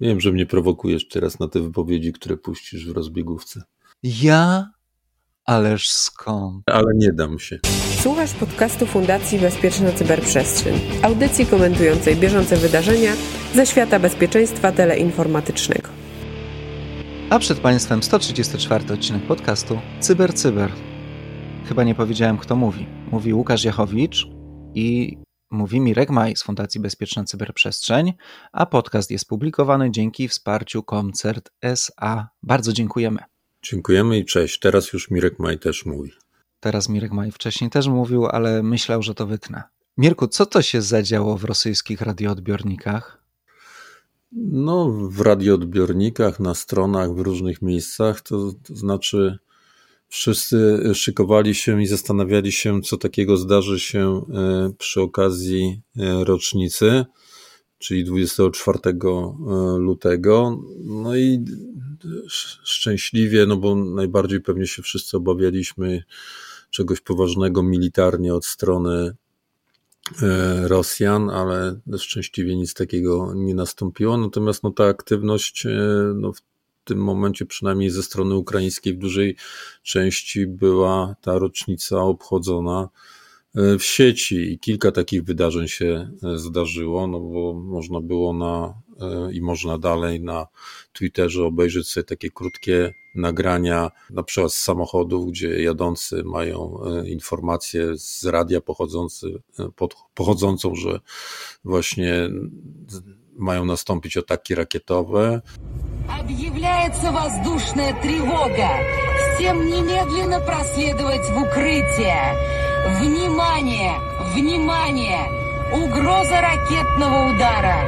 Wiem, że mnie prowokujesz teraz na te wypowiedzi, które puścisz w rozbiegówce. Ja? Ależ skąd? Ale nie dam się. Słuchasz podcastu Fundacji Bezpieczna Cyberprzestrzeń, audycji komentującej bieżące wydarzenia ze świata bezpieczeństwa teleinformatycznego. A przed Państwem 134 odcinek podcastu Cyber. Chyba nie powiedziałem, kto mówi. Mówi Łukasz Jachowicz i mówi Mirek Maj z Fundacji Bezpieczna Cyberprzestrzeń, a podcast jest publikowany dzięki wsparciu Koncert S.A. Bardzo dziękujemy. Dziękujemy i cześć. Teraz już Mirek Maj też mówi. Teraz Mirek Maj wcześniej też mówił, ale myślał, że to wytnę. Mirku, co to się zadziało w rosyjskich radioodbiornikach? No, w radioodbiornikach, na stronach, w różnych miejscach, to znaczy wszyscy szykowali się i zastanawiali się, co takiego zdarzy się przy okazji rocznicy, czyli 24 lutego. No i szczęśliwie, no bo najbardziej pewnie się wszyscy obawialiśmy czegoś poważnego militarnie od strony Rosjan, ale szczęśliwie nic takiego nie nastąpiło. Natomiast no, ta aktywność w tym momencie, przynajmniej ze strony ukraińskiej, w dużej części była ta rocznica obchodzona w sieci i kilka takich wydarzeń się zdarzyło, no bo można było i można dalej na Twitterze obejrzeć sobie takie krótkie nagrania, na przykład z samochodów, gdzie jadący mają informację z radia pochodzącą, że właśnie mają nastąpić ataki rakietowe. Объявляется воздушная тревога. Всем немедленно проследовать в укрытие. Внимание! Внимание! Угроза ракетного удара.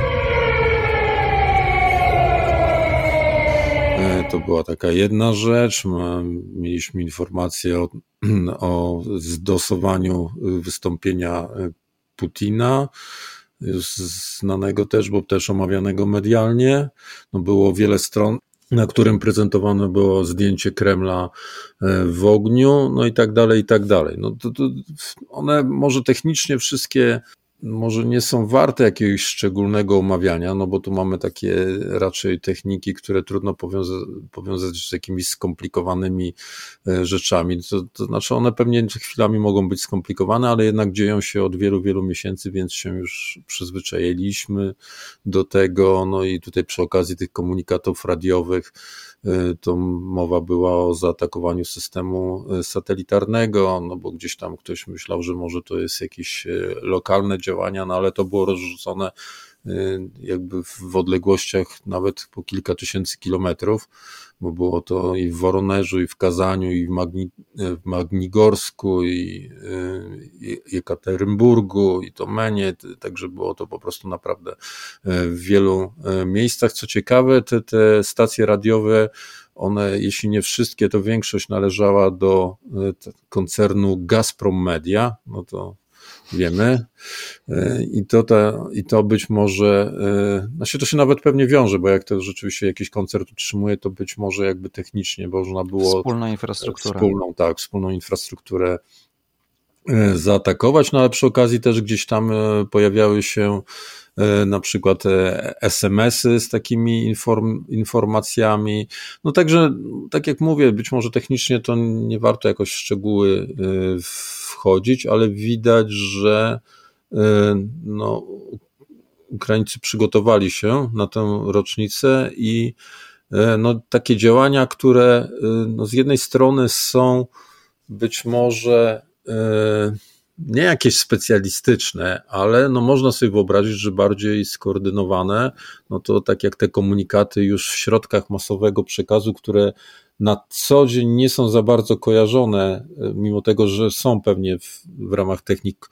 To była taka jedna rzecz. Mieliśmy informację o zdosowaniu wystąpienia Putina, znanego też, bo też omawianego medialnie. No było wiele stron, na którym prezentowane było zdjęcie Kremla w ogniu, no i tak dalej, i tak dalej. No to one może technicznie wszystkie może nie są warte jakiegoś szczególnego omawiania, no bo tu mamy takie raczej techniki, które trudno powiązać z jakimiś skomplikowanymi rzeczami. To znaczy one pewnie chwilami mogą być skomplikowane, ale jednak dzieją się od wielu, wielu miesięcy, więc się już przyzwyczailiśmy do tego. No i tutaj przy okazji tych komunikatów radiowych to mowa była o zaatakowaniu systemu satelitarnego, no bo gdzieś tam ktoś myślał, że może to jest jakieś lokalne działania, no ale to było rozrzucone jakby w odległościach nawet po kilka tysięcy kilometrów, bo było to i w Woronerzu, i w Kazaniu, i w Magnigorsku, i Jekaterynburgu, i Tomenie, także było to po prostu naprawdę w wielu miejscach. Co ciekawe, te stacje radiowe, one, jeśli nie wszystkie, to większość należała do koncernu Gazprom Media, no to wiemy. I to być może, znaczy to się nawet pewnie wiąże, bo jak to rzeczywiście jakiś koncert utrzymuje, to być może jakby technicznie można było wspólną infrastrukturę zaatakować, no ale przy okazji też gdzieś tam pojawiały się na przykład SMS-y z takimi informacjami. No także, tak jak mówię, być może technicznie to nie warto jakoś w szczegóły wchodzić, ale widać, że no, Ukraińcy przygotowali się na tę rocznicę i no, takie działania, które no, z jednej strony są być może nie jakieś specjalistyczne, ale no można sobie wyobrazić, że bardziej skoordynowane, no to tak jak te komunikaty już w środkach masowego przekazu, które na co dzień nie są za bardzo kojarzone, mimo tego, że są pewnie w ramach technik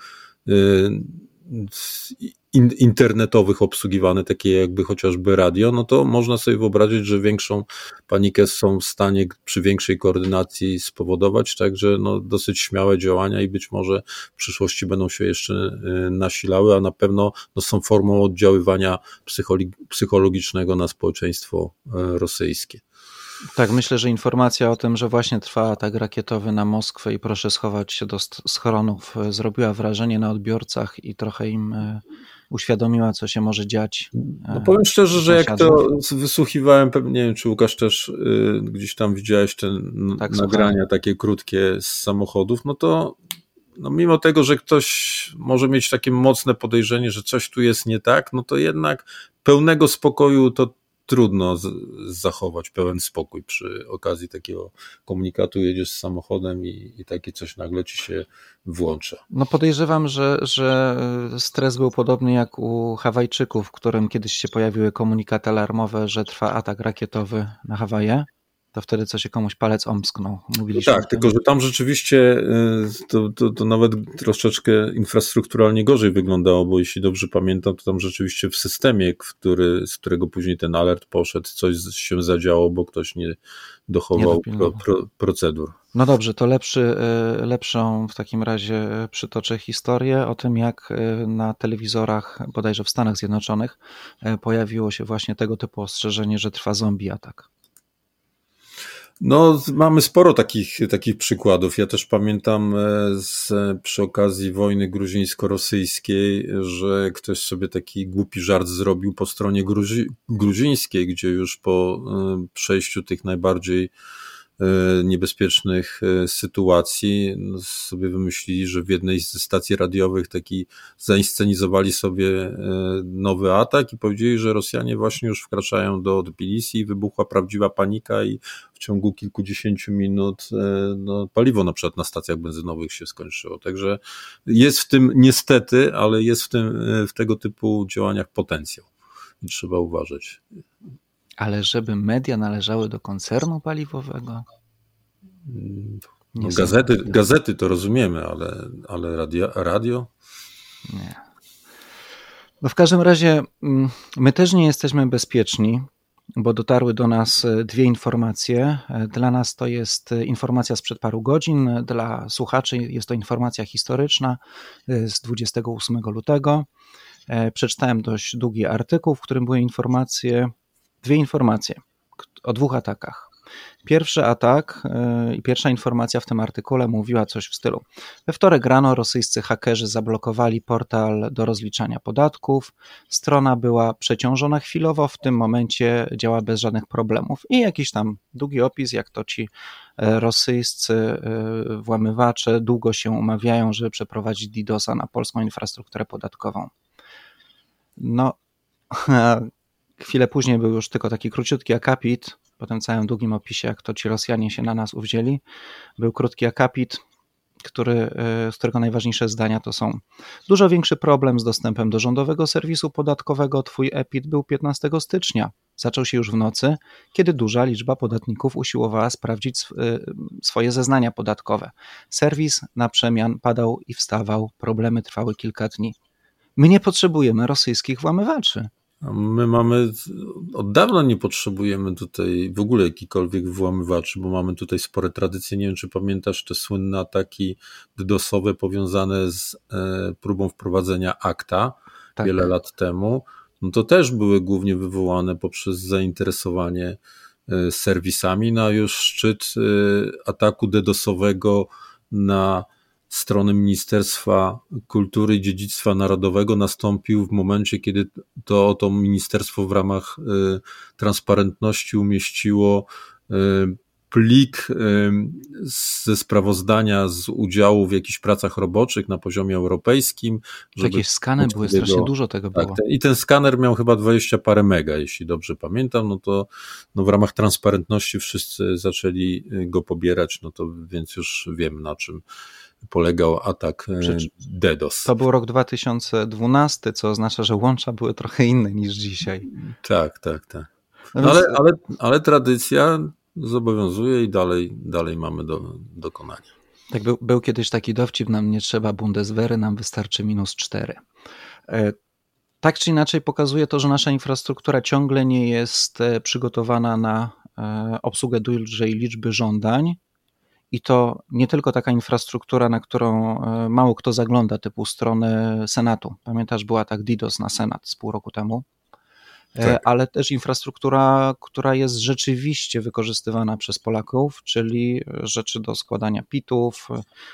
internetowych obsługiwane, takie jakby chociażby radio, no to można sobie wyobrazić, że większą panikę są w stanie przy większej koordynacji spowodować, także no dosyć śmiałe działania i być może w przyszłości będą się jeszcze nasilały, a na pewno no są formą oddziaływania psychologicznego na społeczeństwo rosyjskie. Tak, myślę, że informacja o tym, że właśnie trwa atak rakietowy na Moskwę i proszę schować się do schronów, zrobiła wrażenie na odbiorcach i trochę im uświadomiła, co się może dziać. No powiem szczerze, że jak to wysłuchiwałem, nie wiem, czy Łukasz też gdzieś tam widziałeś te nagrania takie krótkie z samochodów, no to mimo tego, że ktoś może mieć takie mocne podejrzenie, że coś tu jest nie tak, no to jednak pełnego spokoju to trudno zachować, pełen spokój przy okazji takiego komunikatu. Jedziesz z samochodem i takie coś nagle ci się włącza. No podejrzewam, że stres był podobny jak u Hawajczyków, w którym kiedyś się pojawiły komunikaty alarmowe, że trwa atak rakietowy na Hawaje. To wtedy co się komuś palec omsknął. Mówiliśmy tak, tylko że tam rzeczywiście to nawet troszeczkę infrastrukturalnie gorzej wyglądało, bo jeśli dobrze pamiętam, to tam rzeczywiście w systemie, z którego później ten alert poszedł, coś się zadziało, bo ktoś nie dochował procedur. No dobrze, to lepszą w takim razie przytoczę historię o tym, jak na telewizorach, bodajże w Stanach Zjednoczonych, pojawiło się właśnie tego typu ostrzeżenie, że trwa zombie atak. No, mamy sporo takich przykładów. Ja też pamiętam przy okazji wojny gruzińsko-rosyjskiej, że ktoś sobie taki głupi żart zrobił po stronie gruzińskiej, gdzie już po przejściu tych najbardziej niebezpiecznych sytuacji sobie wymyślili, że w jednej ze stacji radiowych zainscenizowali sobie nowy atak i powiedzieli, że Rosjanie właśnie już wkraczają do Tbilisi i wybuchła prawdziwa panika i w ciągu kilkudziesięciu minut paliwo na przykład na stacjach benzynowych się skończyło. Także jest w tym niestety, ale jest w tego typu działaniach potencjał i trzeba uważać. Ale żeby media należały do koncernu paliwowego? No, gazety to rozumiemy, ale radio? Nie. No w każdym razie my też nie jesteśmy bezpieczni, bo dotarły do nas dwie informacje. Dla nas to jest informacja sprzed paru godzin, dla słuchaczy jest to informacja historyczna z 28 lutego. Przeczytałem dość długi artykuł, w którym były dwie informacje o dwóch atakach. Pierwszy atak i pierwsza informacja w tym artykule mówiła coś w stylu: we wtorek rano rosyjscy hakerzy zablokowali portal do rozliczania podatków. Strona była przeciążona chwilowo, w tym momencie działa bez żadnych problemów. I jakiś tam długi opis, jak to ci rosyjscy włamywacze długo się umawiają, żeby przeprowadzić DDoS-a na polską infrastrukturę podatkową. No, chwilę później był już tylko taki króciutki akapit, po tym całym długim opisie, jak to ci Rosjanie się na nas uwzięli. Był krótki akapit, z którego najważniejsze zdania to są: dużo większy problem z dostępem do rządowego serwisu podatkowego. Twój EPIT był 15 stycznia. Zaczął się już w nocy, kiedy duża liczba podatników usiłowała sprawdzić swoje zeznania podatkowe. Serwis na przemian padał i wstawał. Problemy trwały kilka dni. My nie potrzebujemy rosyjskich włamywaczy. My od dawna nie potrzebujemy tutaj w ogóle jakichkolwiek włamywaczy, bo mamy tutaj spore tradycje. Nie wiem, czy pamiętasz te słynne ataki DDoS-owe powiązane z próbą wprowadzenia ACTA wiele lat temu. No to też były głównie wywołane poprzez zainteresowanie serwisami. No a już szczyt ataku DDoS-owego na stronę Ministerstwa Kultury i Dziedzictwa Narodowego nastąpił w momencie, kiedy to ministerstwo w ramach transparentności umieściło plik ze sprawozdania z udziału w jakichś pracach roboczych na poziomie europejskim. Jakieś skany były, strasznie dużo tego było. Tak, i ten skaner miał chyba 20 parę mega, jeśli dobrze pamiętam, no to w ramach transparentności wszyscy zaczęli go pobierać, no to więc już wiem, na czym polegał atak DDoS. To był rok 2012, co oznacza, że łącza były trochę inne niż dzisiaj. Tak. No ale tradycja zobowiązuje i dalej mamy do dokonania. Tak, był kiedyś taki dowcip: nam nie trzeba Bundeswehry, nam wystarczy -4. Tak czy inaczej pokazuje to, że nasza infrastruktura ciągle nie jest przygotowana na obsługę dużej liczby żądań. I to nie tylko taka infrastruktura, na którą mało kto zagląda, typu strony Senatu. Pamiętasz, był atak DDoS na Senat z pół roku temu? ale też infrastruktura, która jest rzeczywiście wykorzystywana przez Polaków, czyli rzeczy do składania PIT-ów,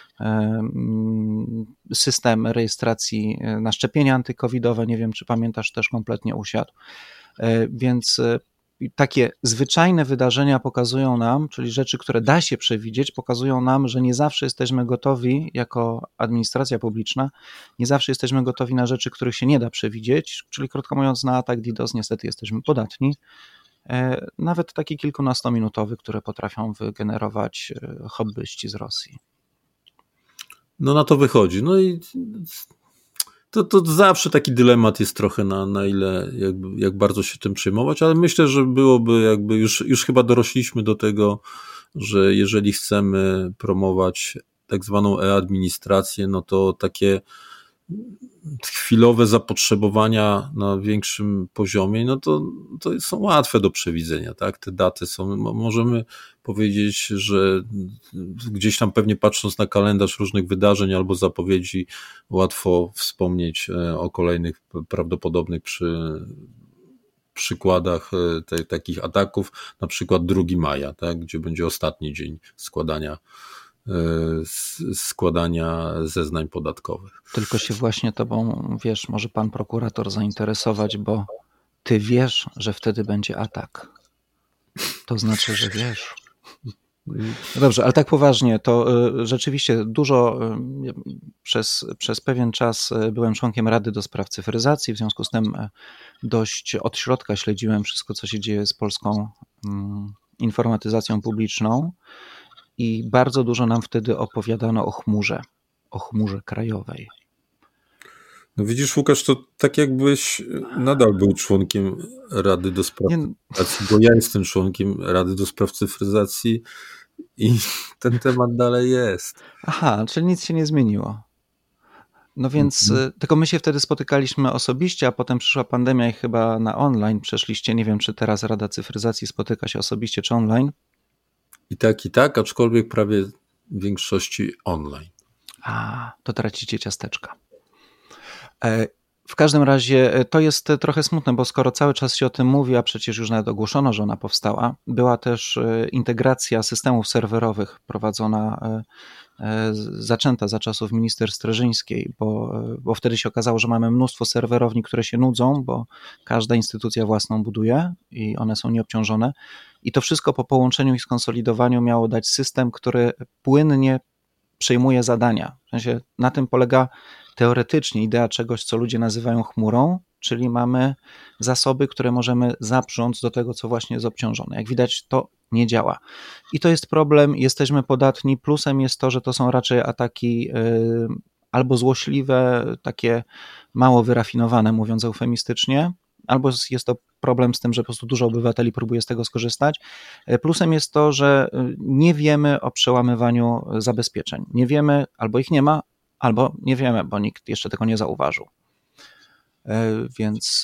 system rejestracji na szczepienia antykowidowe, nie wiem, czy pamiętasz, też kompletnie usiadł. Więc takie zwyczajne wydarzenia pokazują nam, czyli rzeczy, które da się przewidzieć, pokazują nam, że nie zawsze jesteśmy gotowi jako administracja publiczna, nie zawsze jesteśmy gotowi na rzeczy, których się nie da przewidzieć, czyli krótko mówiąc na atak DDoS niestety jesteśmy podatni, nawet taki kilkunastominutowy, które potrafią wygenerować hobbyści z Rosji. No na to wychodzi. No i to zawsze taki dylemat jest trochę na ile, jak bardzo się tym przejmować, ale myślę, że byłoby już chyba dorośliśmy do tego, że jeżeli chcemy promować tak zwaną e-administrację, no to takie chwilowe zapotrzebowania na większym poziomie, no to są łatwe do przewidzenia, tak? Te daty są, możemy powiedzieć, że gdzieś tam pewnie patrząc na kalendarz różnych wydarzeń albo zapowiedzi, łatwo wspomnieć o kolejnych prawdopodobnych przykładach takich ataków, na przykład 2 maja, tak? Gdzie będzie ostatni dzień składania zeznań podatkowych. Tylko się właśnie tobą, wiesz, może pan prokurator zainteresować, bo ty wiesz, że wtedy będzie atak. To znaczy, że wiesz. Dobrze, ale tak poważnie, to rzeczywiście dużo przez pewien czas byłem członkiem Rady do Spraw Cyfryzacji, w związku z tym dość od środka śledziłem wszystko, co się dzieje z polską informatyzacją publiczną. I bardzo dużo nam wtedy opowiadano o chmurze krajowej. No widzisz, Łukasz, to tak jakbyś nadal był członkiem Rady do Spraw Cyfryzacji, bo ja jestem członkiem Rady do Spraw Cyfryzacji i ten temat dalej jest. Aha, czyli nic się nie zmieniło. No więc, tylko my się wtedy spotykaliśmy osobiście, a potem przyszła pandemia i chyba na online przeszliście. Nie wiem, czy teraz Rada Cyfryzacji spotyka się osobiście, czy online. I tak, aczkolwiek prawie w większości online. A, to tracicie ciasteczka. W każdym razie to jest trochę smutne, bo skoro cały czas się o tym mówi, a przecież już nawet ogłoszono, że ona powstała, była też integracja systemów serwerowych prowadzona, zaczęta za czasów minister Streżyńskiej, bo wtedy się okazało, że mamy mnóstwo serwerowni, które się nudzą, bo każda instytucja własną buduje i one są nieobciążone. I to wszystko po połączeniu i skonsolidowaniu miało dać system, który płynnie przejmuje zadania. W sensie na tym polega teoretycznie idea czegoś, co ludzie nazywają chmurą, czyli mamy zasoby, które możemy zaprząc do tego, co właśnie jest obciążone. Jak widać, to nie działa. I to jest problem, jesteśmy podatni. Plusem jest to, że to są raczej ataki albo złośliwe, takie mało wyrafinowane, mówiąc eufemistycznie, albo jest to problem z tym, że po prostu dużo obywateli próbuje z tego skorzystać. Plusem jest to, że nie wiemy o przełamywaniu zabezpieczeń. Nie wiemy, albo ich nie ma, albo nie wiemy, bo nikt jeszcze tego nie zauważył. Więc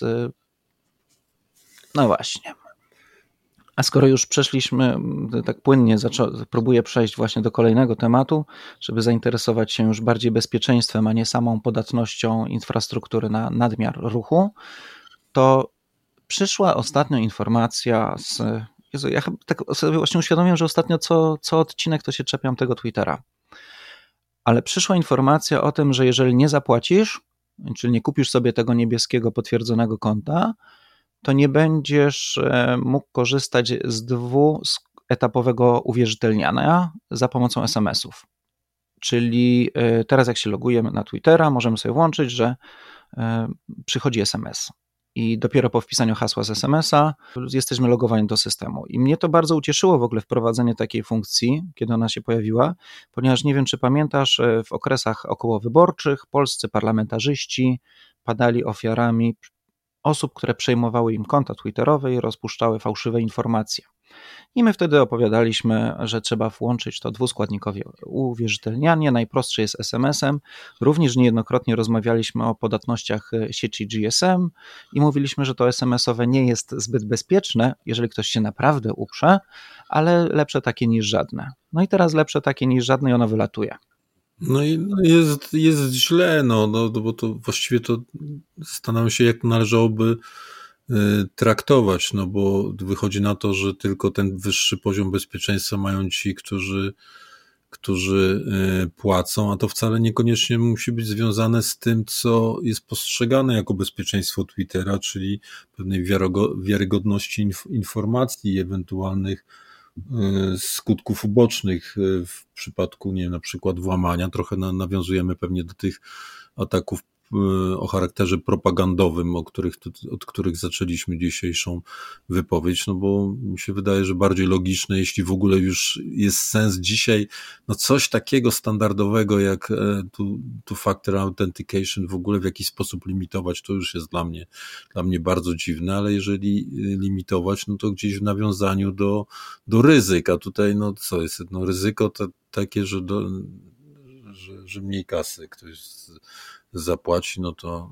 no właśnie. A skoro już przeszliśmy tak płynnie, próbuję przejść właśnie do kolejnego tematu, żeby zainteresować się już bardziej bezpieczeństwem, a nie samą podatnością infrastruktury na nadmiar ruchu, to przyszła ostatnio informacja z... Jezu, ja tak sobie właśnie uświadomiłem, że ostatnio co odcinek to się czepiam tego Twittera. Ale przyszła informacja o tym, że jeżeli nie zapłacisz, czyli nie kupisz sobie tego niebieskiego potwierdzonego konta, to nie będziesz mógł korzystać z dwuetapowego uwierzytelniania za pomocą SMS-ów. Czyli teraz jak się logujemy na Twittera, możemy sobie włączyć, że przychodzi SMS. I dopiero po wpisaniu hasła z SMS-a jesteśmy logowani do systemu. I mnie to bardzo ucieszyło w ogóle wprowadzenie takiej funkcji, kiedy ona się pojawiła, ponieważ nie wiem, czy pamiętasz, w okresach okołowyborczych polscy parlamentarzyści padali ofiarami osób, które przejmowały im konta twitterowe i rozpuszczały fałszywe informacje. I my wtedy opowiadaliśmy, że trzeba włączyć to dwuskładnikowe uwierzytelnianie, najprostsze jest SMS-em. Również niejednokrotnie rozmawialiśmy o podatnościach sieci GSM i mówiliśmy, że to SMS-owe nie jest zbyt bezpieczne, jeżeli ktoś się naprawdę uprze, ale lepsze takie niż żadne. No i teraz lepsze takie niż żadne i ono wylatuje. No i jest źle, bo to właściwie to zastanawiam się, jak należałoby traktować, no bo wychodzi na to, że tylko ten wyższy poziom bezpieczeństwa mają ci, którzy płacą, a to wcale niekoniecznie musi być związane z tym, co jest postrzegane jako bezpieczeństwo Twittera, czyli pewnej wiarygodności informacji i ewentualnych skutków ubocznych w przypadku, nie wiem, na przykład włamania. Trochę nawiązujemy pewnie do tych ataków o charakterze propagandowym, od których zaczęliśmy dzisiejszą wypowiedź, no bo mi się wydaje, że bardziej logiczne, jeśli w ogóle już jest sens dzisiaj, no coś takiego standardowego jak two-factor authentication w ogóle w jakiś sposób limitować, to już jest dla mnie bardzo dziwne, ale jeżeli limitować, no to gdzieś w nawiązaniu do ryzyk, a tutaj no co jest, no ryzyko to takie, że mniej kasy ktoś zapłaci, no to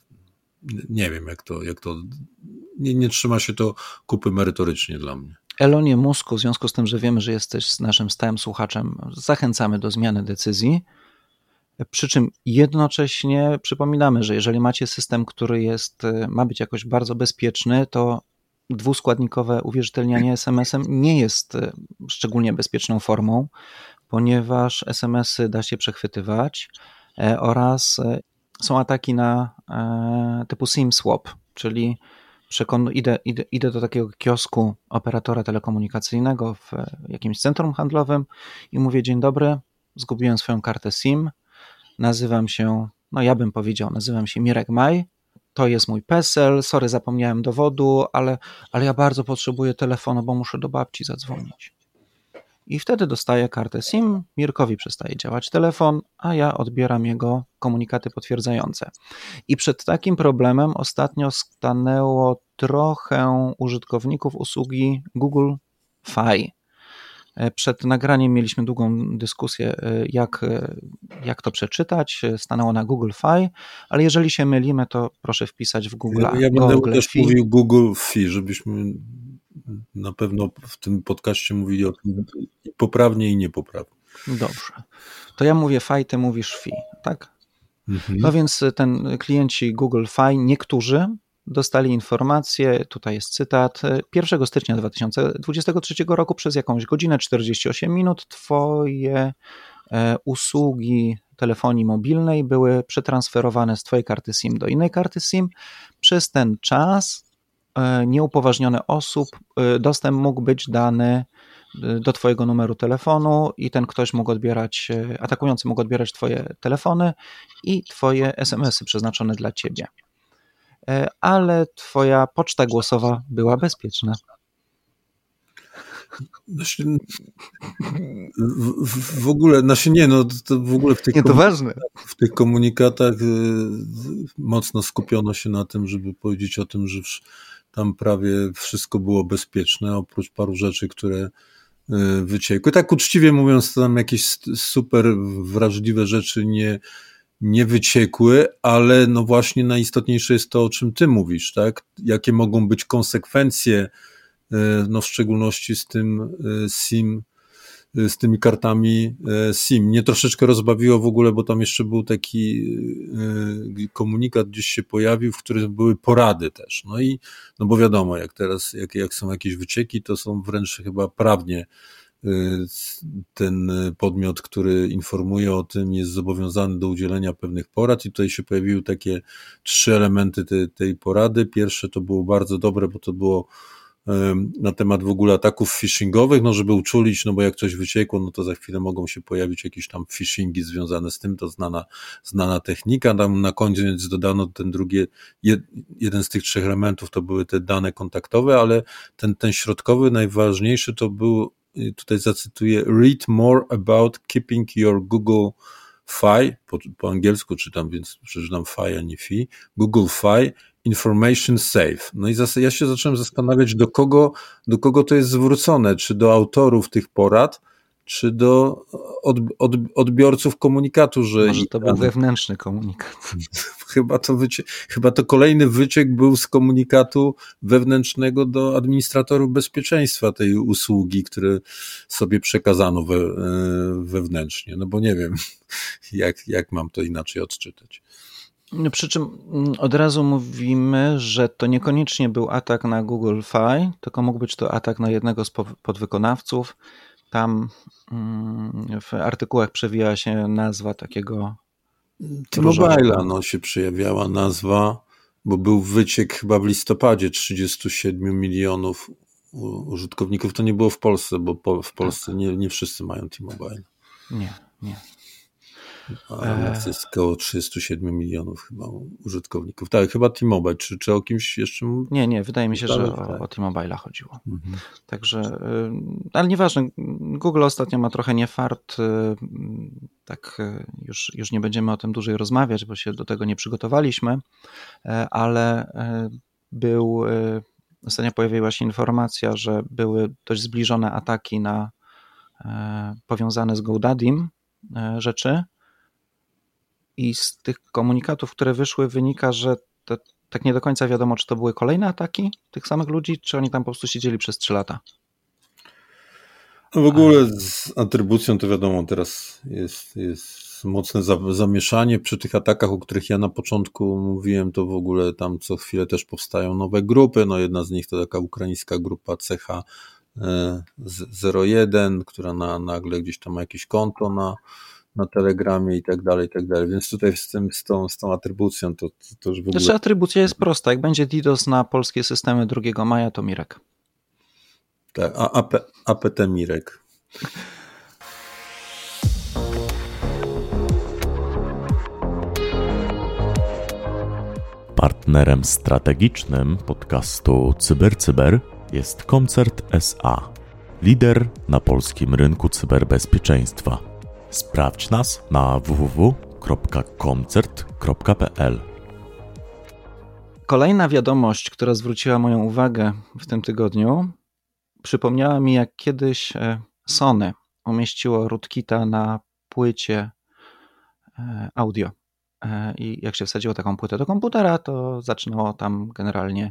nie wiem, jak to nie trzyma się to kupy merytorycznie dla mnie. Elonie Musku, w związku z tym, że wiemy, że jesteś naszym stałym słuchaczem, zachęcamy do zmiany decyzji, przy czym jednocześnie przypominamy, że jeżeli macie system, który ma być jakoś bardzo bezpieczny, to dwuskładnikowe uwierzytelnianie SMS-em nie jest szczególnie bezpieczną formą, ponieważ SMS-y da się przechwytywać oraz są ataki na typu SIM swap, czyli idę do takiego kiosku operatora telekomunikacyjnego w jakimś centrum handlowym i mówię: dzień dobry, zgubiłem swoją kartę SIM, nazywam się, no ja bym powiedział, nazywam się Mirek Maj, to jest mój PESEL, sorry, zapomniałem dowodu, ale ja bardzo potrzebuję telefonu, bo muszę do babci zadzwonić. I wtedy dostaję kartę SIM, Mirkowi przestaje działać telefon, a ja odbieram jego komunikaty potwierdzające. I przed takim problemem ostatnio stanęło trochę użytkowników usługi Google Fi. Przed nagraniem mieliśmy długą dyskusję, jak to przeczytać. Stanęło na Google Fi, ale jeżeli się mylimy, to proszę wpisać w Google. Ja będę też mówił Google Fi, żebyśmy na pewno w tym podcaście mówili o tym poprawnie i niepoprawnie. Dobrze. To ja mówię Fi, ty mówisz Fi, tak? Mhm. No więc klienci Google Fi, niektórzy dostali informację, tutaj jest cytat: 1 stycznia 2023 roku przez jakąś godzinę 48 minut twoje usługi telefonii mobilnej były przetransferowane z twojej karty SIM do innej karty SIM. Przez ten czas nieupoważniony osób dostęp mógł być dany do twojego numeru telefonu i ten ktoś atakujący mógł odbierać twoje telefony i twoje SMS-y przeznaczone dla ciebie. Ale twoja poczta głosowa była bezpieczna. W ogóle, to w ogóle w tych komunikatach mocno skupiono się na tym, żeby powiedzieć o tym, że tam prawie wszystko było bezpieczne, oprócz paru rzeczy, które wyciekły. Tak uczciwie mówiąc, to tam jakieś super wrażliwe rzeczy nie wyciekły, ale no właśnie najistotniejsze jest to, o czym ty mówisz, tak? Jakie mogą być konsekwencje, no w szczególności z tym SIM, z tymi kartami SIM. Mnie troszeczkę rozbawiło w ogóle, bo tam jeszcze był taki komunikat, gdzieś się pojawił, w którym były porady też. No bo wiadomo, jak teraz, jak są jakieś wycieki, to są wręcz chyba prawnie ten podmiot, który informuje o tym, jest zobowiązany do udzielenia pewnych porad i tutaj się pojawiły takie 3 elementy tej porady. Pierwsze to było bardzo dobre, bo to było na temat w ogóle ataków phishingowych, no żeby uczulić, no bo jak coś wyciekło, no to za chwilę mogą się pojawić jakieś tam phishingi związane z tym, to znana technika. Tam na koniec dodano ten drugi, jeden z tych 3 elementów to były te dane kontaktowe, ale ten środkowy, najważniejszy to był, tutaj zacytuję: read more about keeping your Google Fi, po angielsku czytam, więc przeczytam Fi, a nie Fi, Google Fi information safe. No i ja się zacząłem zastanawiać, do kogo to jest zwrócone, czy do autorów tych porad, czy do odbiorców komunikatu, że... Może to był wewnętrzny komunikat. Chyba to kolejny wyciek był z komunikatu wewnętrznego do administratorów bezpieczeństwa tej usługi, które sobie przekazano wewnętrznie, no bo nie wiem, jak mam to inaczej odczytać. Przy czym od razu mówimy, że to niekoniecznie był atak na Google Fi, tylko mógł być to atak na jednego z podwykonawców. Tam w artykułach przewijała się nazwa takiego T-Mobile'a się przejawiała nazwa, bo był wyciek chyba w listopadzie 37 milionów użytkowników. To nie było w Polsce, bo w Polsce nie wszyscy mają T-Mobile. Nie. A jest około 37 milionów chyba użytkowników. Tak, chyba T-Mobile, czy o kimś jeszcze? Nie, wydaje mi się, że o T-Mobile'a chodziło. Także, ale nieważne, Google ostatnio ma trochę niefart, tak już nie będziemy o tym dłużej rozmawiać, bo się do tego nie przygotowaliśmy, ale ostatnio pojawiła się informacja, że były dość zbliżone ataki powiązane z GoDaddym rzeczy. I z tych komunikatów, które wyszły, wynika, że tak nie do końca wiadomo, czy to były kolejne ataki tych samych ludzi, czy oni tam po prostu siedzieli przez 3 lata. No w ogóle z atrybucją to wiadomo, teraz jest mocne zamieszanie przy tych atakach, o których ja na początku mówiłem, to w ogóle tam co chwilę też powstają nowe grupy. No jedna z nich to taka ukraińska grupa CH01, która nagle gdzieś tam ma jakieś konto na Telegramie i tak dalej, więc tutaj z tą atrybucją to już w ogóle... Znaczy atrybucja jest prosta, jak będzie DDoS na polskie systemy 2 maja, to Mirek. Tak, APT Mirek. Partnerem strategicznym podcastu CyberCyber jest Koncert SA, lider na polskim rynku cyberbezpieczeństwa. Sprawdź nas na www.koncert.pl. Kolejna wiadomość, która zwróciła moją uwagę w tym tygodniu, przypomniała mi, jak kiedyś Sony umieściło rootkita na płycie audio. I jak się wsadziło taką płytę do komputera, to zaczynało tam generalnie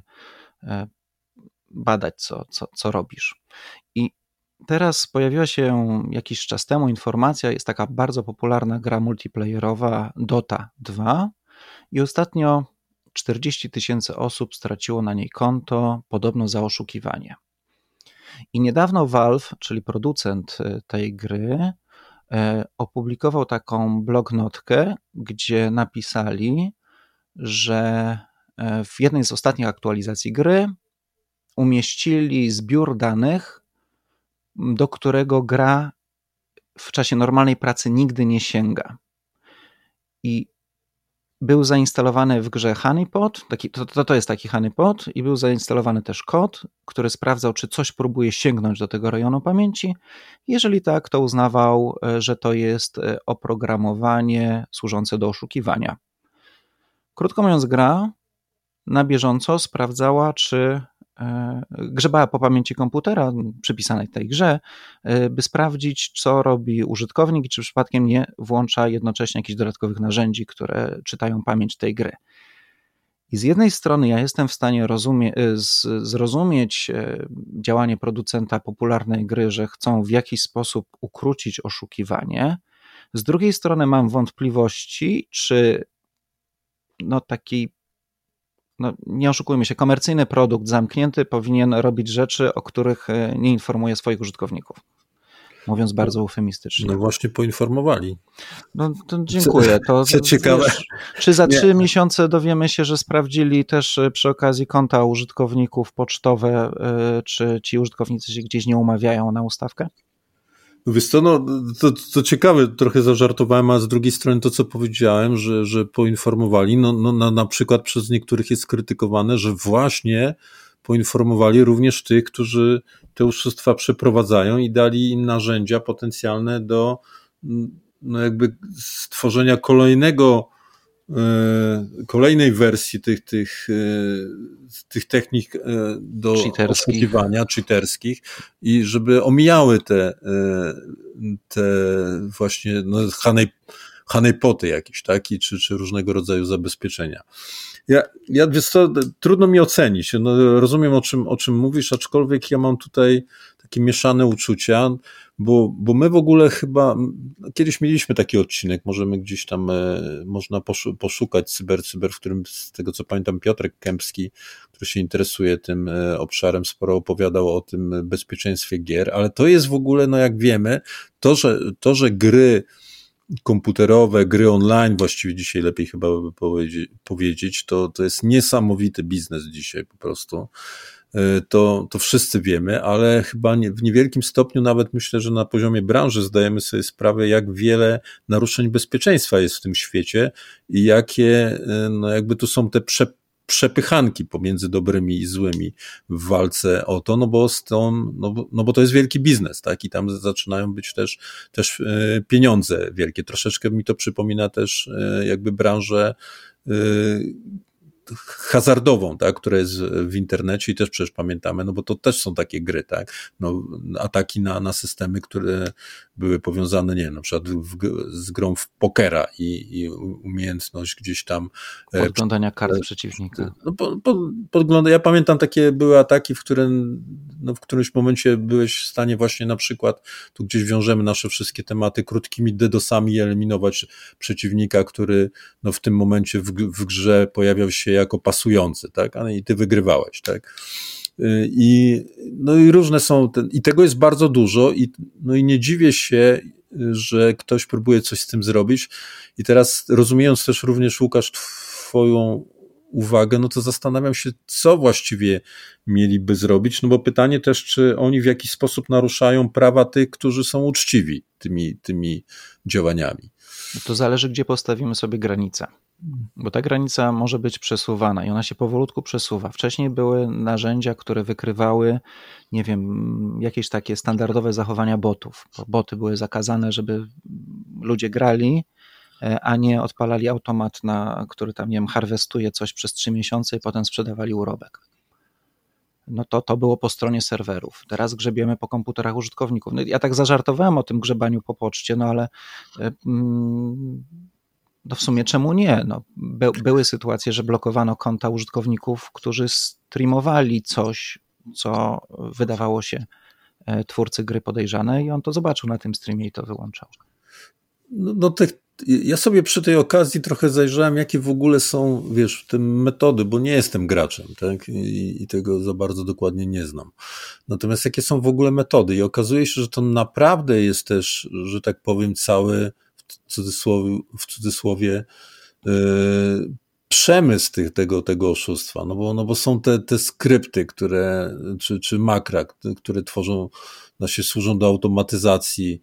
badać, co robisz. I teraz pojawiła się jakiś czas temu informacja, jest taka bardzo popularna gra multiplayerowa Dota 2 i ostatnio 40 000 osób straciło na niej konto, podobno za oszukiwanie. I niedawno Valve, czyli producent tej gry, opublikował taką blognotkę, gdzie napisali, że w jednej z ostatnich aktualizacji gry umieścili zbiór danych, do którego gra w czasie normalnej pracy nigdy nie sięga. I był zainstalowany w grze honeypot, to jest taki honeypot, i był zainstalowany też kod, który sprawdzał, czy coś próbuje sięgnąć do tego rejonu pamięci. Jeżeli tak, to uznawał, że to jest oprogramowanie służące do oszukiwania. Krótko mówiąc, gra na bieżąco sprawdzała, czy grzebała po pamięci komputera przypisanej tej grze, by sprawdzić, co robi użytkownik i czy przypadkiem nie włącza jednocześnie jakichś dodatkowych narzędzi, które czytają pamięć tej gry. I z jednej strony ja jestem w stanie zrozumieć działanie producenta popularnej gry, że chcą w jakiś sposób ukrócić oszukiwanie. Z drugiej strony mam wątpliwości, czy nie oszukujmy się, komercyjny produkt zamknięty powinien robić rzeczy, o których nie informuje swoich użytkowników. Mówiąc bardzo eufemistycznie. No właśnie poinformowali. No to dziękuję. Co ciekawe. Wiesz, czy za 3 miesiące dowiemy się, że sprawdzili też przy okazji konta użytkowników pocztowe, czy ci użytkownicy się gdzieś nie umawiają na ustawkę? Wiesz co, to ciekawe, trochę zażartowałem, a z drugiej strony to, co powiedziałem, że poinformowali, na przykład przez niektórych jest krytykowane, że właśnie poinformowali również tych, którzy te oszustwa przeprowadzają i dali im narzędzia potencjalne do jakby stworzenia kolejnej wersji tych technik do oszukiwania cheaterskich i żeby omijały te właśnie honeypoty jakieś, tak? Czy różnego rodzaju zabezpieczenia. Wiesz co, trudno mi ocenić. Rozumiem o czym mówisz, aczkolwiek ja mam tutaj takie mieszane uczucia, bo my w ogóle chyba, kiedyś mieliśmy taki odcinek, możemy gdzieś tam, można poszukać cyber, w którym z tego co pamiętam Piotrek Kępski, który się interesuje tym obszarem, sporo opowiadał o tym bezpieczeństwie gier, ale to jest w ogóle, no jak wiemy, że gry komputerowe, gry online, właściwie dzisiaj lepiej chyba powiedzieć, to jest niesamowity biznes dzisiaj po prostu. To wszyscy wiemy, ale chyba w niewielkim stopniu, nawet myślę, że na poziomie branży zdajemy sobie sprawę, jak wiele naruszeń bezpieczeństwa jest w tym świecie i jakie, no jakby tu są te przepychanki pomiędzy dobrymi i złymi w walce o to, no bo to jest wielki biznes, tak? I tam zaczynają być też pieniądze wielkie. Troszeczkę mi to przypomina też jakby branżę hazardową, tak, która jest w internecie i też przecież pamiętamy, no bo to też są takie gry, tak, no, ataki na systemy, które były powiązane, nie wiem, na przykład z grą w pokera i umiejętność gdzieś tam podglądania kart przeciwnika. No, ja pamiętam były ataki, w którymś momencie byłeś w stanie właśnie na przykład, tu gdzieś wiążemy nasze wszystkie tematy, krótkimi DDoS-ami eliminować przeciwnika, który no, w tym momencie w grze pojawiał się jako pasujący, tak, i ty wygrywałeś, tak. I różne są, i tego jest bardzo dużo i nie dziwię się, że ktoś próbuje coś z tym zrobić i teraz rozumiejąc też również, Łukasz, twoją uwagę, no to zastanawiam się, co właściwie mieliby zrobić, no bo pytanie też, czy oni w jakiś sposób naruszają prawa tych, którzy są uczciwi tymi działaniami. To zależy, gdzie postawimy sobie granicę. Bo ta granica może być przesuwana i ona się powolutku przesuwa. Wcześniej były narzędzia, które wykrywały, nie wiem, jakieś takie standardowe zachowania botów. Bo boty były zakazane, żeby ludzie grali, a nie odpalali automat, który tam, nie wiem, harwestuje coś przez 3 miesiące i potem sprzedawali urobek. No to było po stronie serwerów. Teraz grzebiemy po komputerach użytkowników. No ja tak zażartowałem o tym grzebaniu po poczcie, no ale no w sumie czemu nie? No, były sytuacje, że blokowano konta użytkowników, którzy streamowali coś, co wydawało się twórcy gry podejrzane i on to zobaczył na tym streamie i to wyłączał. Ja sobie przy tej okazji trochę zajrzałem, jakie w ogóle są, wiesz, te metody, bo nie jestem graczem, tak, i tego za bardzo dokładnie nie znam. Natomiast jakie są w ogóle metody i okazuje się, że to naprawdę jest też, że tak powiem, cały w cudzysłowie przemysł tego oszustwa, no bo są te skrypty, które, czy makra, które służą do automatyzacji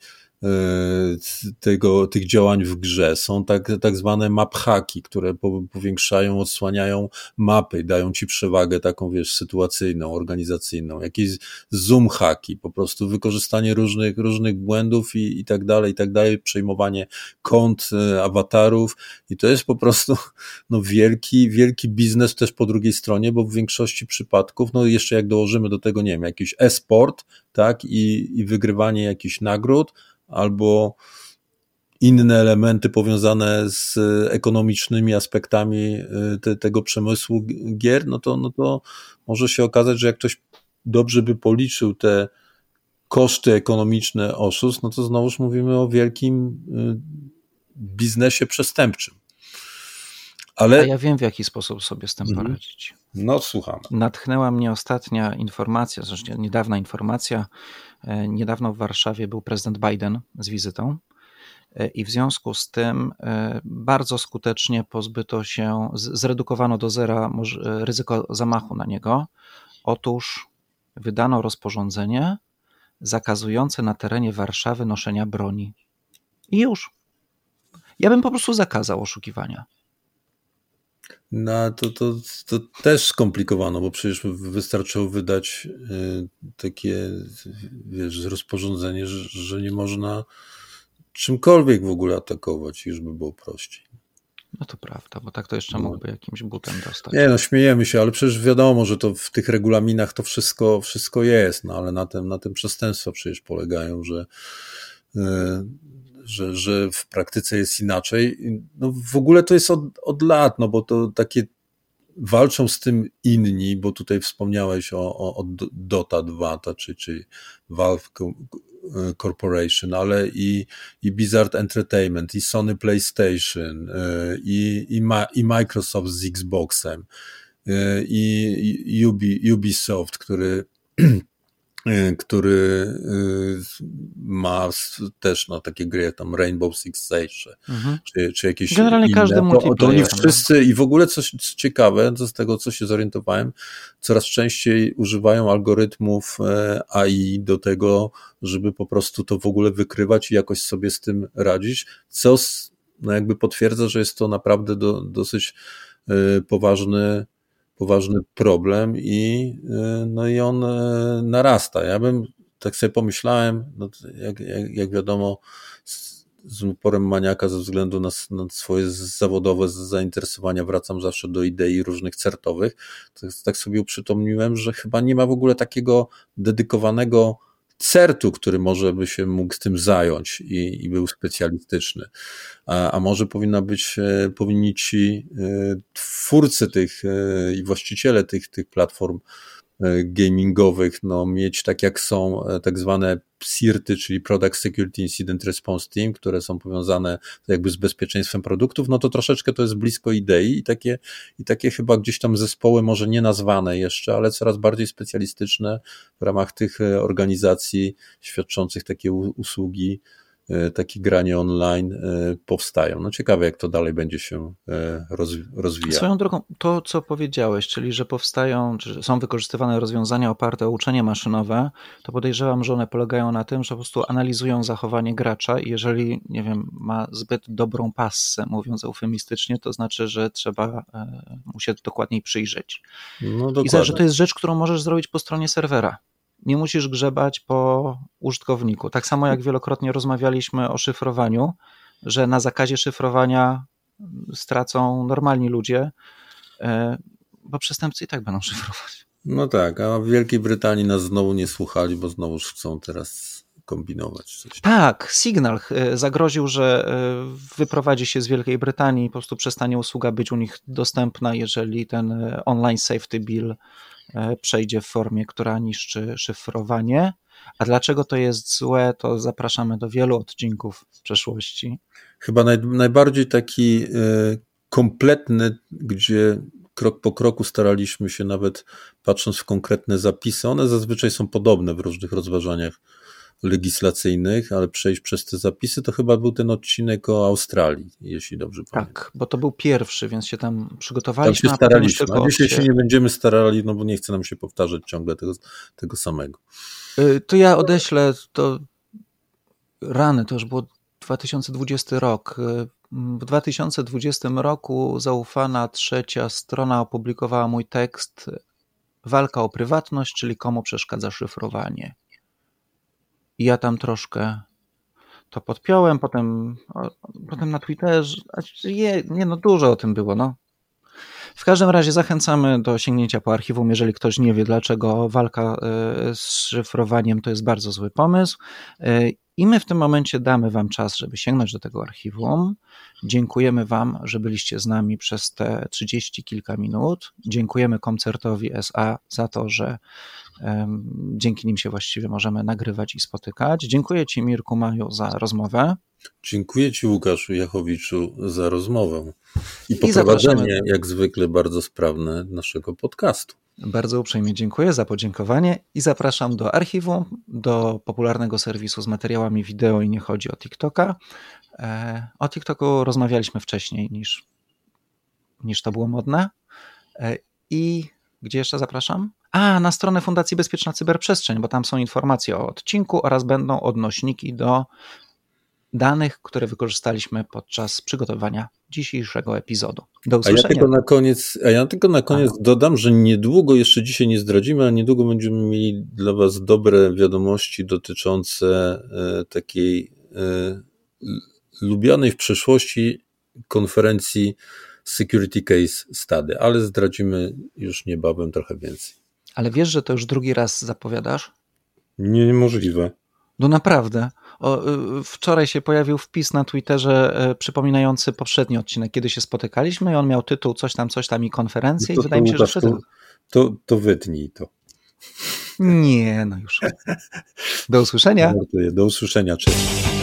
tych działań w grze. Są tak zwane map hacki, które powiększają, odsłaniają mapy, dają ci przewagę taką, wiesz, sytuacyjną, organizacyjną. Jakieś zoom hacki, po prostu wykorzystanie różnych błędów i tak dalej, przejmowanie kont, awatarów i to jest po prostu wielki biznes też po drugiej stronie, bo w większości przypadków, jeszcze jak dołożymy do tego, nie wiem, jakiś e-sport, tak, i wygrywanie jakichś nagród, albo inne elementy powiązane z ekonomicznymi aspektami tego przemysłu gier, no to może się okazać, że jak ktoś dobrze by policzył te koszty ekonomiczne oszustw, no to znowuż mówimy o wielkim biznesie przestępczym. A ja wiem, w jaki sposób sobie z tym poradzić. No, słuchamy. Natchnęła mnie ostatnia informacja, zresztą niedawna informacja. Niedawno w Warszawie był prezydent Biden z wizytą i w związku z tym bardzo skutecznie zredukowano do zera ryzyko zamachu na niego. Otóż wydano rozporządzenie zakazujące na terenie Warszawy noszenia broni. I już. Ja bym po prostu zakazał oszukiwania. No to też skomplikowano, bo przecież wystarczyło wydać takie, wiesz, rozporządzenie, że nie można czymkolwiek w ogóle atakować, już by było prościej. No to prawda, bo tak to jeszcze mógłby jakimś butem dostać. Nie, śmiejemy się, ale przecież wiadomo, że to w tych regulaminach to wszystko jest, ale na tym przestępstwa przecież polegają, że w praktyce jest inaczej. No w ogóle to jest od lat, no bo to takie walczą z tym inni, bo tutaj wspomniałeś o Dota 2, czy Valve Corporation, ale i Blizzard Entertainment, i Sony PlayStation, i Microsoft z Xboxem, i Ubisoft, który ma też takie gry jak tam Rainbow Six Siege, czy jakieś generalnie inne. Każdy multiplayer. To oni wszyscy i w ogóle coś ciekawe, z tego co się zorientowałem, coraz częściej używają algorytmów AI do tego, żeby po prostu to w ogóle wykrywać i jakoś sobie z tym radzić, co jakby potwierdza, że jest to naprawdę dosyć poważny problem i on narasta. Ja bym tak sobie pomyślałem, jak wiadomo, z uporem maniaka ze względu na swoje zawodowe zainteresowania wracam zawsze do idei różnych certowych. Tak sobie uprzytomniłem, że chyba nie ma w ogóle takiego dedykowanego certu, który może by się mógł z tym zająć i był specjalistyczny. A może powinni ci twórcy i właściciele tych platform gamingowych mieć tak jak są tak zwane PSIRT-y, czyli Product Security Incident Response Team, które są powiązane jakby z bezpieczeństwem produktów, to troszeczkę to jest blisko idei i takie chyba gdzieś tam zespoły może nie nazwane jeszcze, ale coraz bardziej specjalistyczne w ramach tych organizacji świadczących takie usługi, takie granie online powstają. Ciekawe, jak to dalej będzie się rozwijać. Swoją drogą, to co powiedziałeś, czyli że powstają, czy są wykorzystywane rozwiązania oparte o uczenie maszynowe, to podejrzewam, że one polegają na tym, że po prostu analizują zachowanie gracza i jeżeli, nie wiem, ma zbyt dobrą passę, mówiąc eufemistycznie, to znaczy, że trzeba mu się dokładniej przyjrzeć. I że to jest rzecz, którą możesz zrobić po stronie serwera. Nie musisz grzebać po użytkowniku. Tak samo jak wielokrotnie rozmawialiśmy o szyfrowaniu, że na zakazie szyfrowania stracą normalni ludzie, bo przestępcy i tak będą szyfrować. Tak, a w Wielkiej Brytanii nas znowu nie słuchali, bo znowu chcą teraz kombinować coś. Tak, Signal zagroził, że wyprowadzi się z Wielkiej Brytanii i po prostu przestanie usługa być u nich dostępna, jeżeli ten online safety bill przejdzie w formie, która niszczy szyfrowanie. A dlaczego to jest złe, to zapraszamy do wielu odcinków w przeszłości. Chyba najbardziej taki kompletny, gdzie krok po kroku staraliśmy się, nawet patrząc w konkretne zapisy, one zazwyczaj są podobne w różnych rozważaniach legislacyjnych, ale przejść przez te zapisy, to chyba był ten odcinek o Australii, jeśli dobrze pamiętam. Tak, bo to był pierwszy, więc się tam przygotowaliśmy. Tam się staraliśmy, a dzisiaj się nie będziemy starali, bo nie chce nam się powtarzać ciągle tego samego. To ja odeślę, to już było 2020 rok. W 2020 roku zaufana trzecia strona opublikowała mój tekst Walka o prywatność, czyli komu przeszkadza szyfrowanie. I ja tam troszkę to podpiąłem, potem na Twitterze, dużo o tym było, W każdym razie zachęcamy do sięgnięcia po archiwum, jeżeli ktoś nie wie, dlaczego walka z szyfrowaniem to jest bardzo zły pomysł. I my w tym momencie damy wam czas, żeby sięgnąć do tego archiwum. Dziękujemy wam, że byliście z nami przez te 30 kilka minut. Dziękujemy Koncertowi SA za to, że dzięki nim się właściwie możemy nagrywać i spotykać. Dziękuję ci, Mirku Maju, za rozmowę. Dziękuję ci, Łukaszu Jachowiczu, za rozmowę i poprowadzenie, jak zwykle, bardzo sprawne naszego podcastu. Bardzo uprzejmie dziękuję za podziękowanie i zapraszam do archiwum, do popularnego serwisu z materiałami wideo i nie chodzi o TikToka. O TikToku rozmawialiśmy wcześniej niż to było modne. I gdzie jeszcze zapraszam? Na stronę Fundacji Bezpieczna Cyberprzestrzeń, bo tam są informacje o odcinku oraz będą odnośniki do danych, które wykorzystaliśmy podczas przygotowania dzisiejszego epizodu. Do usłyszenia. Ja tylko na koniec dodam, że niedługo, jeszcze dzisiaj nie zdradzimy, ale niedługo będziemy mieli dla was dobre wiadomości dotyczące takiej lubianej w przeszłości konferencji Security Case Study, ale zdradzimy już niebawem trochę więcej. Ale wiesz, że to już drugi raz zapowiadasz? Niemożliwe. No naprawdę. Wczoraj się pojawił wpis na Twitterze przypominający poprzedni odcinek, kiedy się spotykaliśmy i on miał tytuł coś tam i konferencja i wydaje mi się, że wtedy... To wytnij to. Nie, no już. Do usłyszenia. Do usłyszenia, cześć.